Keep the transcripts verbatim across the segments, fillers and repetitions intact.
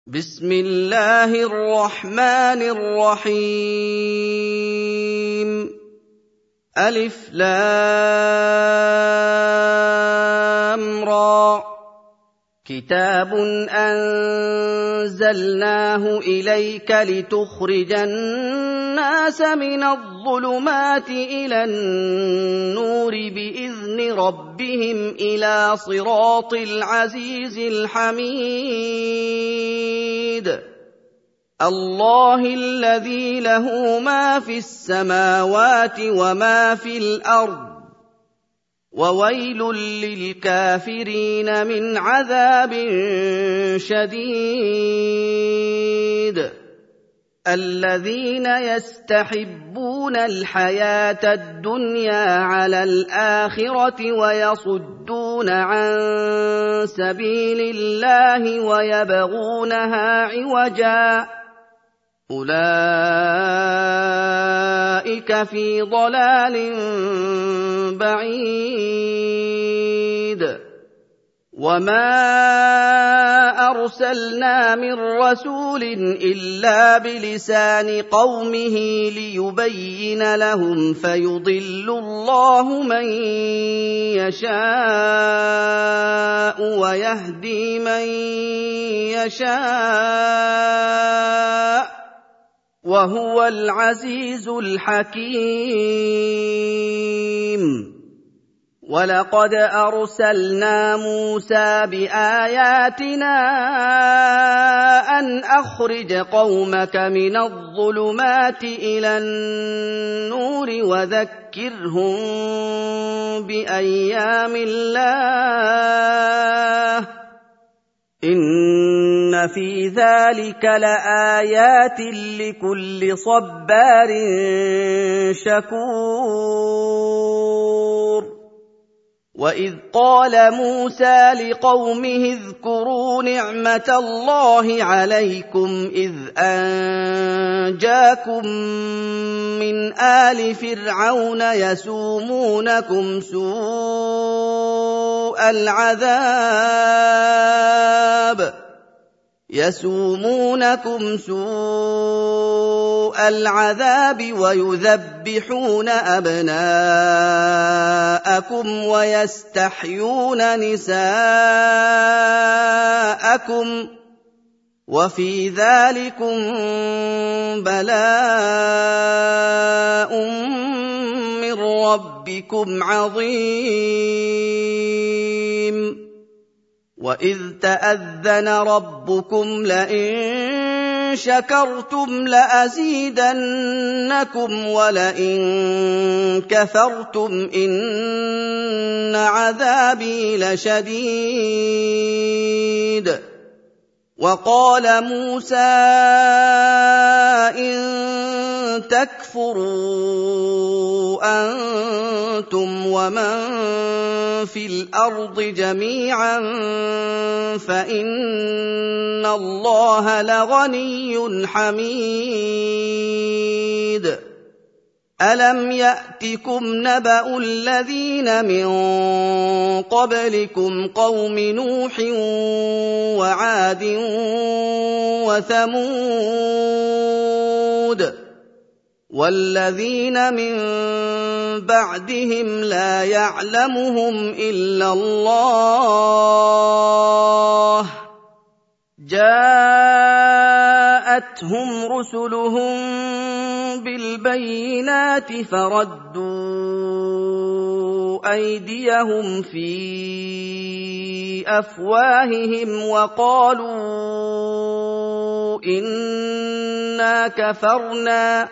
بسم الله الرحمن الرحيم ألف لام را كتاب أنزلناه إليك لتخرج الناس من الظلمات إلى النور بإذن ربهم إلى صراط العزيز الحميد الله الذي له ما في السماوات وما في الأرض وويل للكافرين من عذاب شديد الذين يستحبون الحياة الدنيا على الآخرة ويصدون عن سبيل الله ويبغونها عوجا أولئك في ضلال بعيد وما أرسلنا من رسول إلا بلسان قومه ليبين لهم فيضل الله من يشاء ويهدي من يشاء وهو العزيز الحكيم ولقد أرسلنا موسى بآياتنا أن أخرج قومك من الظلمات إلى النور وذكرهم بأيام الله إن في ذلك لآيات لكل صبار شكور وإذ قال موسى لقومه اذكروا نعمة الله عليكم إذ أنجاكم من آل فرعون يسومونكم سوء العذاب يسومونكم سوء العذاب ويذبحون أبناءكم ويستحيون نساءكم وفي ذلكم بلاء من ربكم عظيم وإذ تأذن ربكم لئن شكرتم لأزيدنكم ولئن كفرتم إن عذابي لشديد وقال موسى إن تكفروا أنتم ومن في الأرض جميعا فإن الله لغني حميد ألم يأتكم نبأ الذين من قبلكم قوم نوح وعاد وثمود والذين من بعدهم لا يعلمهم إلا الله جاءتهم رسلهم بالبينات فردوا أيديهم في أفواههم وقالوا إنا كفرنا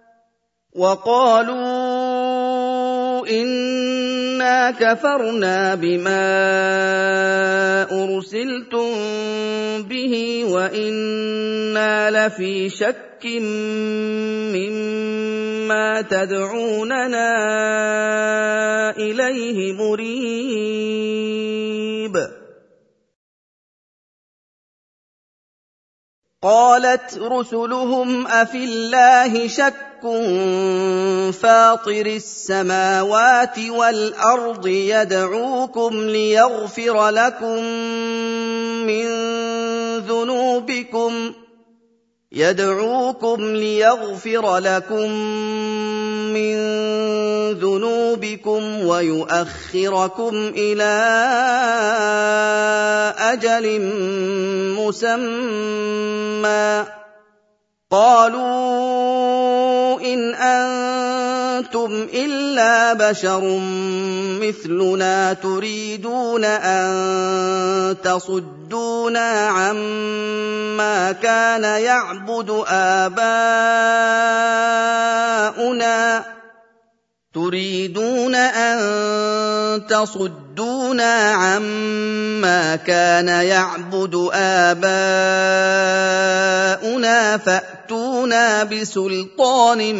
وقالوا إنا كفرنا بما أرسلتم به وإنا لفي شك مما تدعوننا إليه مريب قالت رسلهم أفي الله شك فاطر السماوات والأرض يدعوكم ليغفر لكم من ذُنُوبِكُمْ يَدْعُوكُمْ لِيَغْفِرَ لَكُم مِّن ذُنُوبِكُمْ وَيُؤَخِّرَكُمْ إِلَىٰ أَجَلٍ مُّسَمًّى ۚ قَالُوا إِنْ أَنتُمْ إِلَّا بَشَرٌ مِّثْلُنَا تُرِيدُونَ أَن تَصُدُّونَا عَمَّا كَانَ يَعْبُدُ آبَاؤُنَا تُرِيدُونَ أَن تَصُدُّونَا عَمَّا كَانَ يَعْبُدُ آبَاؤُنَا فَأْتُونَا بِسُلْطَانٍ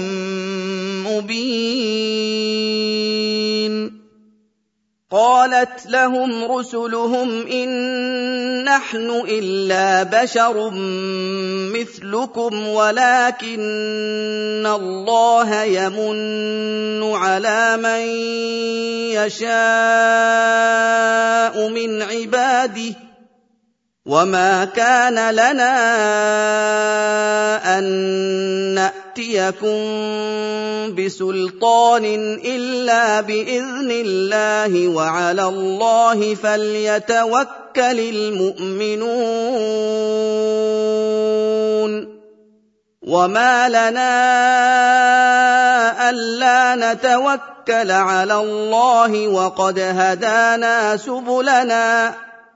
مُّبِينٍ قَالَتْ لَهُمْ رُسُلُهُمْ إِن نَّحْنُ إِلَّا بَشَرٌ مِّثْلُكُمْ وَلَٰكِنَّ اللَّهَ يَمُنُّ عَلَىٰ مَن يَشَاءُ مِنْ عِبَادِهِ وَمَا كَانَ لَنَا أَن نَّأْتِيَكُم بِسُلْطَانٍ إِلَّا بِإِذْنِ اللَّهِ وَعَلَى اللَّهِ فَلْيَتَوَكَّلِ الْمُؤْمِنُونَ وَمَا لَنَا أَلَّا نَتَوَكَّلَ عَلَى اللَّهِ وَقَدْ هَدَانَا سُبُلَنَا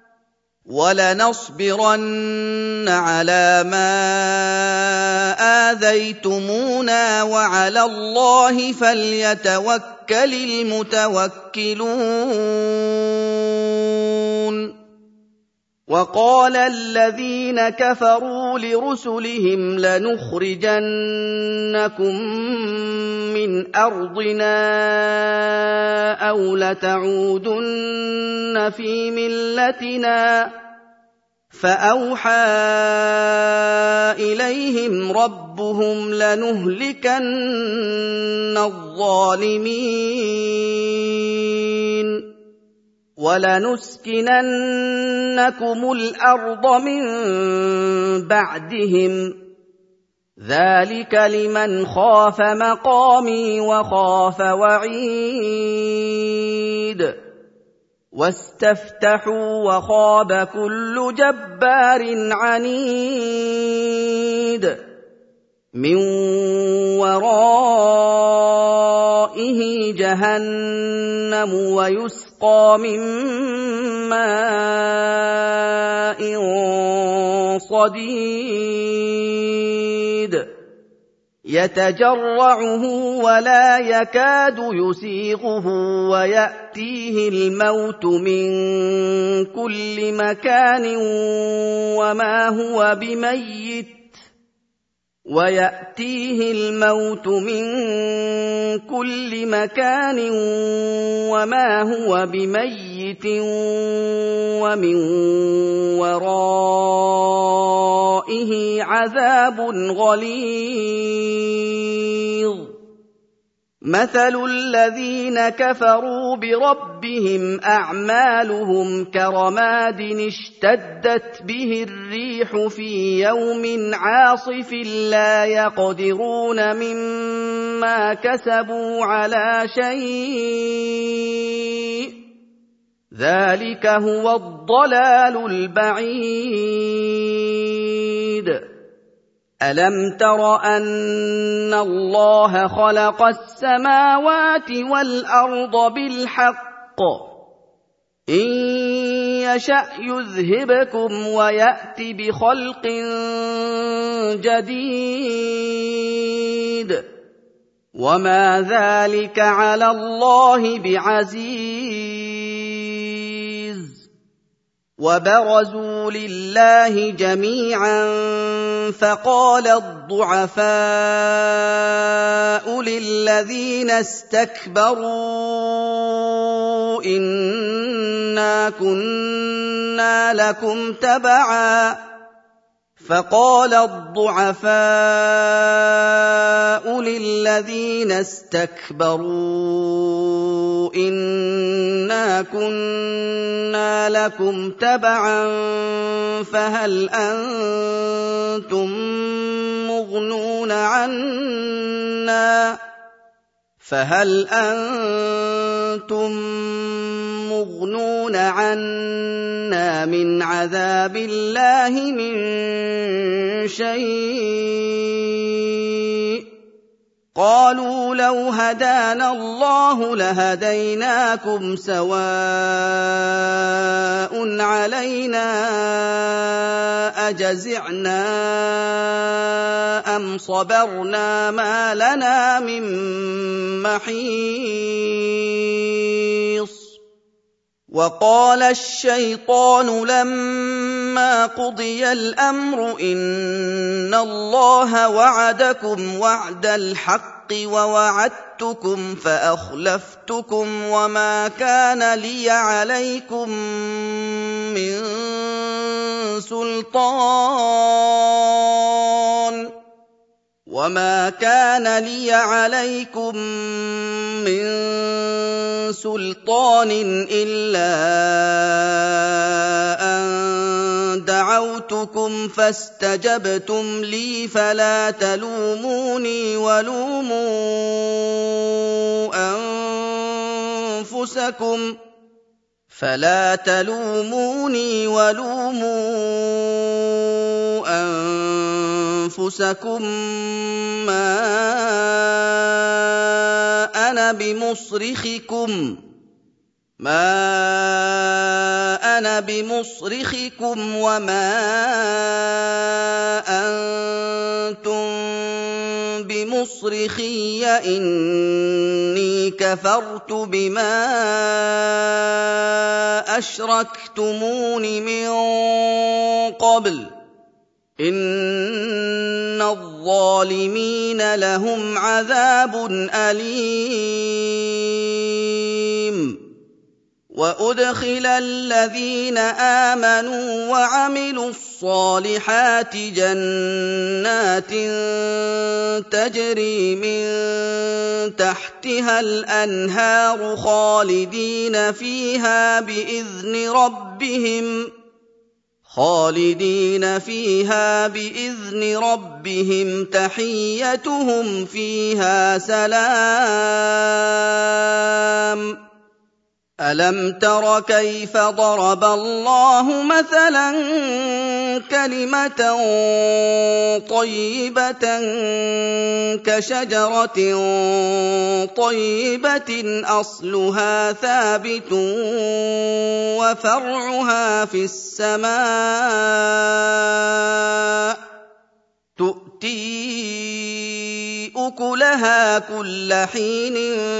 وَلَنَصْبِرَنَّ عَلَىٰ مَا آذَيْتُمُونَا وَعَلَى اللَّهِ فَلْيَتَوَكَّلِ الْمُتَوَكِّلُونَ وَقَالَ الَّذِينَ كَفَرُوا لِرُسُلِهِمْ لَنُخْرِجَنَّكُم مِّنْ أَرْضِنَا أَوْ لَتَعُودُنَّ فِي مِلَّتِنَا فَأَوْحَىٰ إِلَيْهِمْ رَبُّهُمْ لَنُهْلِكَنَّ الظَّالِمِينَ وَلَنُسْكِنَنَّكُمُ الْأَرْضَ مِن بَعْدِهِمْ ۚ ذَٰلِكَ لِمَنْ خَافَ مَقَامِي وَخَافَ وَعِيدِ وَاسْتَفْتَحُوا وَخَابَ كُلُّ جَبَّارٍ عَنِيدٍ مِّن وَرَائِهِ جَهَنَّمُ وَيُسْقَىٰ مِن مَّاءٍ صَدِيدٍ يَتَجَرَّعُهُ وَلَا يَكَادُ يُسِيغُهُ وَيَأْتِيهِ الْمَوْتُ مِن كُلِّ مَكَانٍ وَمَا هُوَ بِمَيِّتٍ وَيَأْتِيهِ الْمَوْتُ مِن كُلِّ مَكَانٍ وَمَا هُوَ بِمَيِّتٍ وَمِن وَرَائِهِ عَذَابٌ غَلِيظٌ مَثَلُ الَّذِينَ كَفَرُوا بِرَبِّهِمْ أَعْمَالُهُمْ كَرَمَادٍ اشْتَدَّتْ بِهِ الرِّيحُ فِي يَوْمٍ عَاصِفٍ لَّا يَقْدِرُونَ مِمَّا كَسَبُوا عَلَىٰ شَيْءٍ ۚ ذَٰلِكَ هُوَ الضَّلَالُ الْبَعِيدُ أَلَمْ تَرَ أَنَّ اللَّهَ خَلَقَ السَّمَاوَاتِ وَالْأَرْضَ بِالْحَقِّ ۚ إِن يَشَأْ يُذْهِبْكُمْ وَيَأْتِ بِخَلْقٍ جَدِيدٍ وَمَا ذَٰلِكَ عَلَى اللَّهِ بِعَزِيزٍ وَبَرَزُوا لِلَّهِ جَمِيعًا فَقَالَ الضُّعَفَاءُ لِلَّذِينَ اسْتَكْبَرُوا إِنَّا كُنَّا لَكُمْ تَبَعًا فَقَالَ الضُّعَفَاءُ لِلَّذِينَ اسْتَكْبَرُوا إِنَّا كُنَّا لَكُمْ تَبَعًا فَهَلْ أَنتُم مُّغْنُونَ عَنَّا فَهَلْ أَنتُم مُّغْنُونَ عَنَّا مِنْ عَذَابِ اللَّهِ مِن شَيْءٍ قَالُوا لَوْ هَدَانَا اللَّهُ لَهَدَيْنَاكُمْ سَوَاءٌ عَلَيْنَا أَجَزِعْنَا أَمْ صَبَرْنَا مَا لَنَا مِن مَّحِيصٍ وَقَالَ الشَّيْطَانُ لَمَّا قُضِيَ الْأَمْرُ إِنَّ اللَّهَ وَعَدَكُمْ وَعْدَ الْحَقِّ وَوَعَدتُّكُمْ فَأَخْلَفْتُكُمْ وَمَا كَانَ لِيَ عَلَيْكُم مِّن سُلْطَانٍ وَمَا كَانَ لِيَ عَلَيْكُم مِّن سُلْطَانٍ إِلَّا أَن دَعَوْتُكُمْ فَاسْتَجَبْتُمْ لِي فَلَا تَلُومُونِي وَلُومُوا أَنفُسَكُمْ فَلَا تَلُومُونِي وَلُومُوا أَنفُسَكُم مَّا أَنَا بِمُصْرِخِكُمْ مَا أَنَا بِمُصْرِخِكُمْ وَمَا أَنتُم بِمُصْرِخِيَّ إِنِّي كَفَرْتُ بِمَا أَشْرَكْتُمُونِ مِن قَبْلُ إِنَّ الظَّالِمِينَ لَهُمْ عَذَابٌ أَلِيمٌ وَأُدْخِلَ الَّذِينَ آمَنُوا وَعَمِلُوا الصَّالِحَاتِ جَنَّاتٍ تَجْرِي مِن تَحْتِهَا الْأَنْهَارُ خَالِدِينَ فِيهَا بِإِذْنِ رَبِّهِمْ خالدين فيها بإذن ربهم تحيتهم فيها سلام ألم تر كيف ضرب الله مثلا كلمة طيبة كشجرة طيبة أصلها ثابت وفرعها في السماء تؤتي أكلها كل حين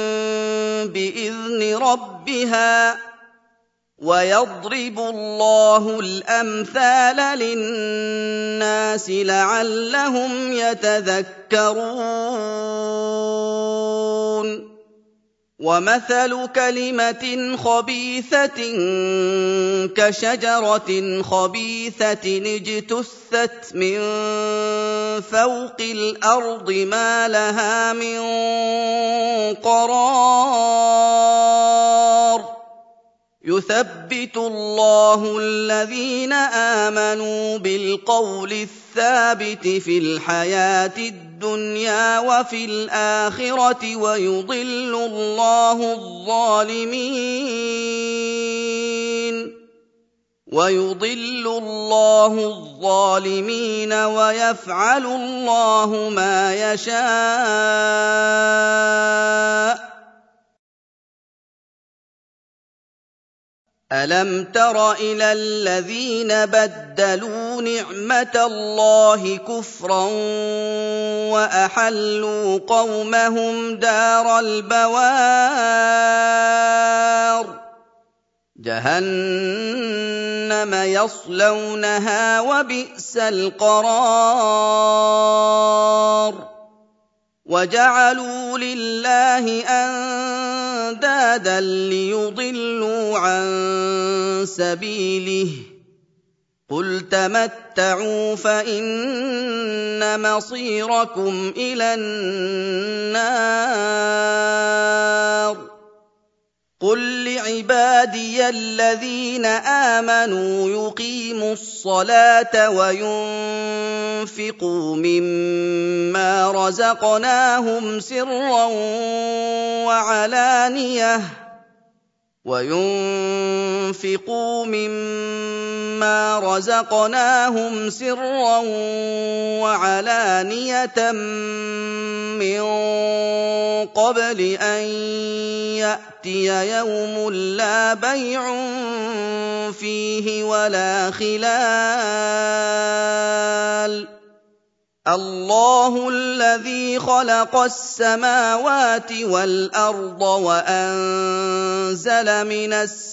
بإذن ربها ويضرب الله الأمثال للناس لعلهم يتذكرون ومثل كلمة خبيثة كشجرة خبيثة اجتثت من فوق الأرض ما لها من قرار يثبت الله الذين آمنوا بالقول الثابت في الحياة الدنيا وفي الآخرة ويضل الله الظالمين ويضل الله الظالمين ويفعل الله ما يشاء ألم تر إلى الذين بدلوا نعمة الله كفرا وأحلوا قومهم دار البوار جهنم يصلونها وبئس القرار وجعلوا لله أندادا ليضلوا عن سبيله قل تمتعوا فإن مصيركم إلى النار قُل لِّعِبَادِيَ الَّذِينَ آمَنُوا يُقِيمُوا الصَّلَاةَ وَيُنفِقُوا مِمَّا رَزَقْنَاهُمْ سِرًّا وَعَلَانِيَةً وَيُنفِقُوا مِمَّا رَزَقْنَاهُمْ سِرًّا وَعَلَانِيَةً مِّن قَبْلِ أَن يَأْتِيَ يَوْمٌ لَّا بَيْعٌ فِيهِ وَلَا خِلَالٌ اللَّهُ الَّذِي خَلَقَ السَّمَاوَاتِ وَالْأَرْضَ وَأَنزَلَ مِنَ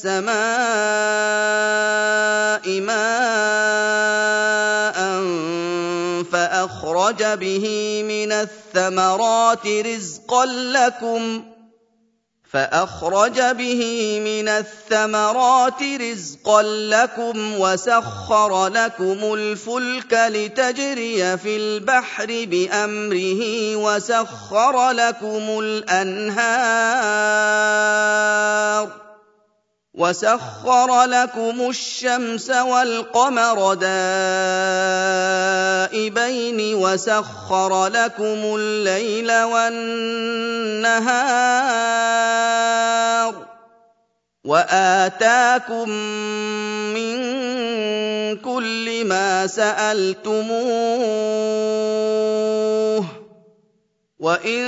السَّمَاءِ مَاءً فَأَخْرَجَ بِهِ مِنَ الثَّمَرَاتِ رِزْقًا لَّكُمْ فأخرج به من الثمرات رزقا لكم وسخر لكم الفلك لتجري في البحر بأمره وسخر لكم الأنهار وسخر لكم الشمس والقمر دائبين وسخر لكم الليل والنهار وآتاكم من كل ما سألتموه وإن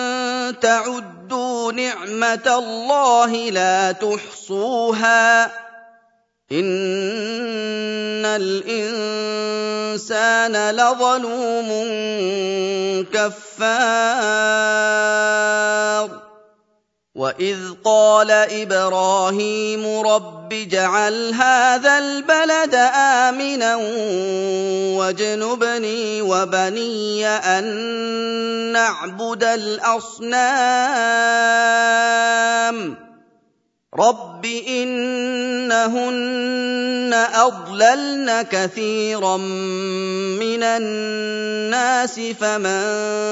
تعدوا نعمة الله لا تحصوها إن الإنسان لظلوم كفار وإذ قال إبراهيم رب اجعل هذا البلد آمنا واجنبني وبني أن نعبد الأصنام رب إنهن أضللن كثيرا من الناس فمن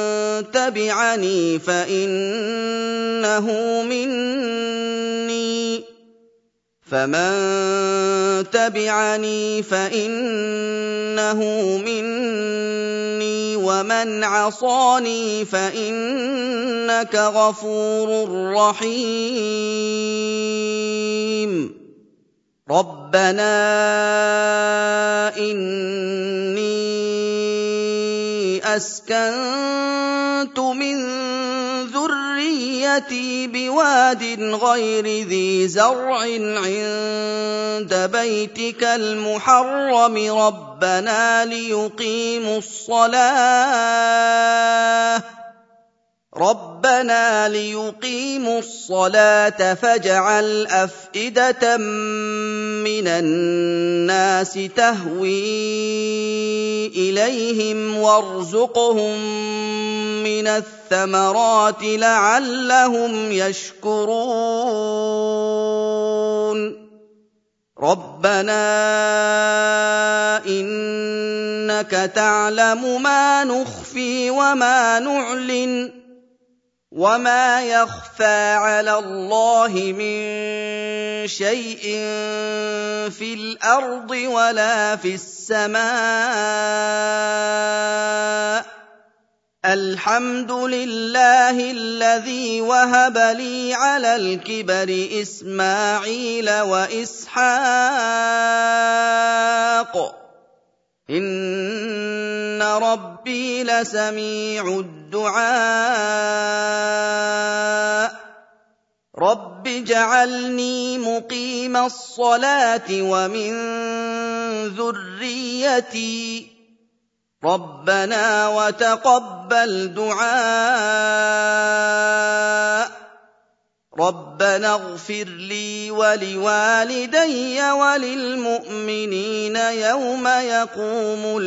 تبعني فإنه مني فمن تبعني فإنه مني ومن عصاني فإنك غفور رحيم ربنا إني أسكنت من ذريتي بواد غير ذي زرع عند بيتك المحرم ربنا ليقيموا الصلاة ربنا ليقيموا الصلاة فاجعل أفئدة من الناس تهوي إليهم وارزقهم من الثمرات لعلهم يشكرون ربنا إنك تعلم ما نخفي وما نعلن وما يخفى على الله من شيء في الأرض ولا في السماء الحمد لله الذي وهب لي على الكبر إسماعيل وإسحاق إن ربي لسميع الدعاء رب اجعلني مقيم الصلاة ومن ذريتي ربنا وتقبل دعاء ربنا اغفر لي ولوالدي وللمؤمنين يوم يقوم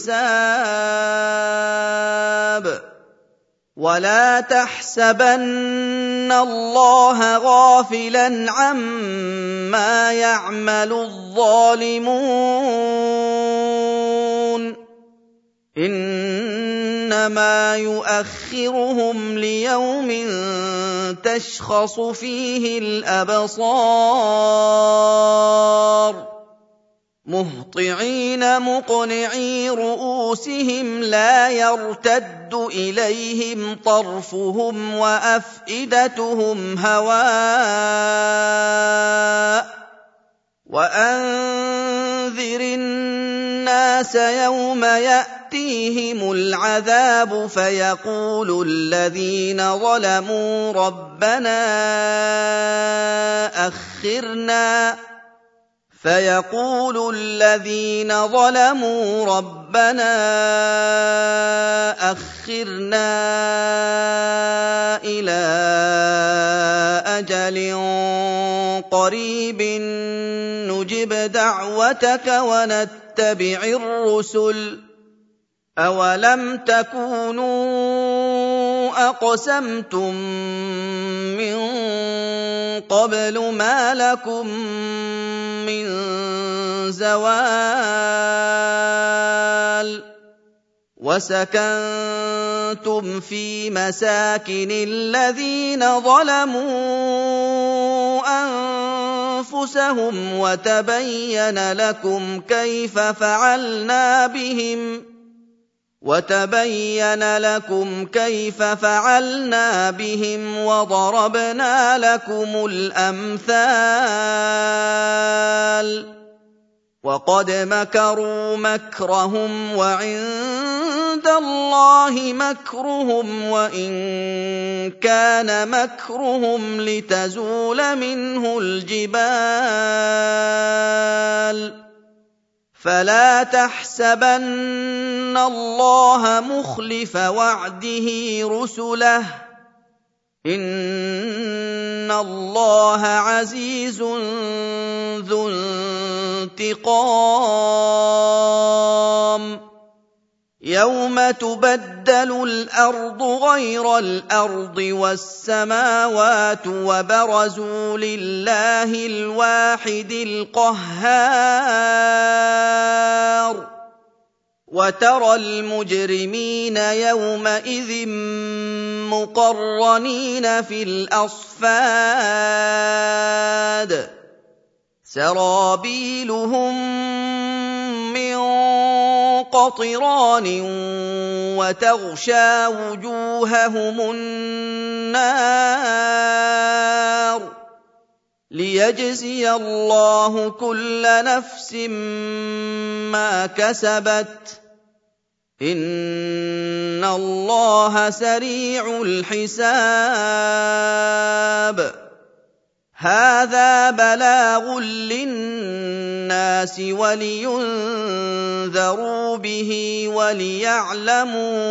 الحساب ولا تحسبن الله غافلا عما يعمل الظالمون إن إنما يؤخرهم ليوم تشخص فيه الأبصار مهطعين مقنعي رؤوسهم لا يرتد إليهم طرفهم وأفئدتهم هواء وأنذر الناس يوم يأتيهم العذاب فيقول الذين ظلموا ربنا أخرنا فيقول الذين ظلموا ربنا أخرنا إلى أجل قريب نجب دعوتك ونتبع الرسل أولم تكونوا أقسمتم من قبل ما لكم من زوال وسكنتم في مساكن الذين ظلموا أنفسهم وتبين لكم كيف فعلنا بهم وتبين لكم كيف فعلنا بهم وضربنا لكم الأمثال وقد مكروا مكرهم وعند الله مكرهم وإن كان مكرهم لتزول منه الجبال فلا تحسبن الله مخلف وعده رسله إن الله عزيز ذو انتقام يوم تبدل الأرض غير الأرض والسماوات وبرزوا لله الواحد القهار وترى المجرمين يومئذ مقرنين في الأصفاد سرابيلهم من قطران وتغشى وجوههم النار ليجزي الله كل نفس ما كسبت إن الله سريع الحساب هذا بلاغ للناس ولينذروا به وليعلموا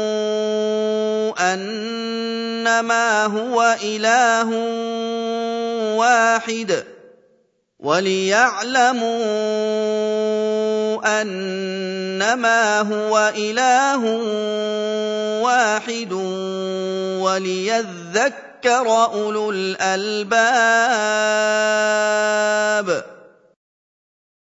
أنما هو إله واحد وليعلموا أنما هو إله واحد وليذكر أولو الألباب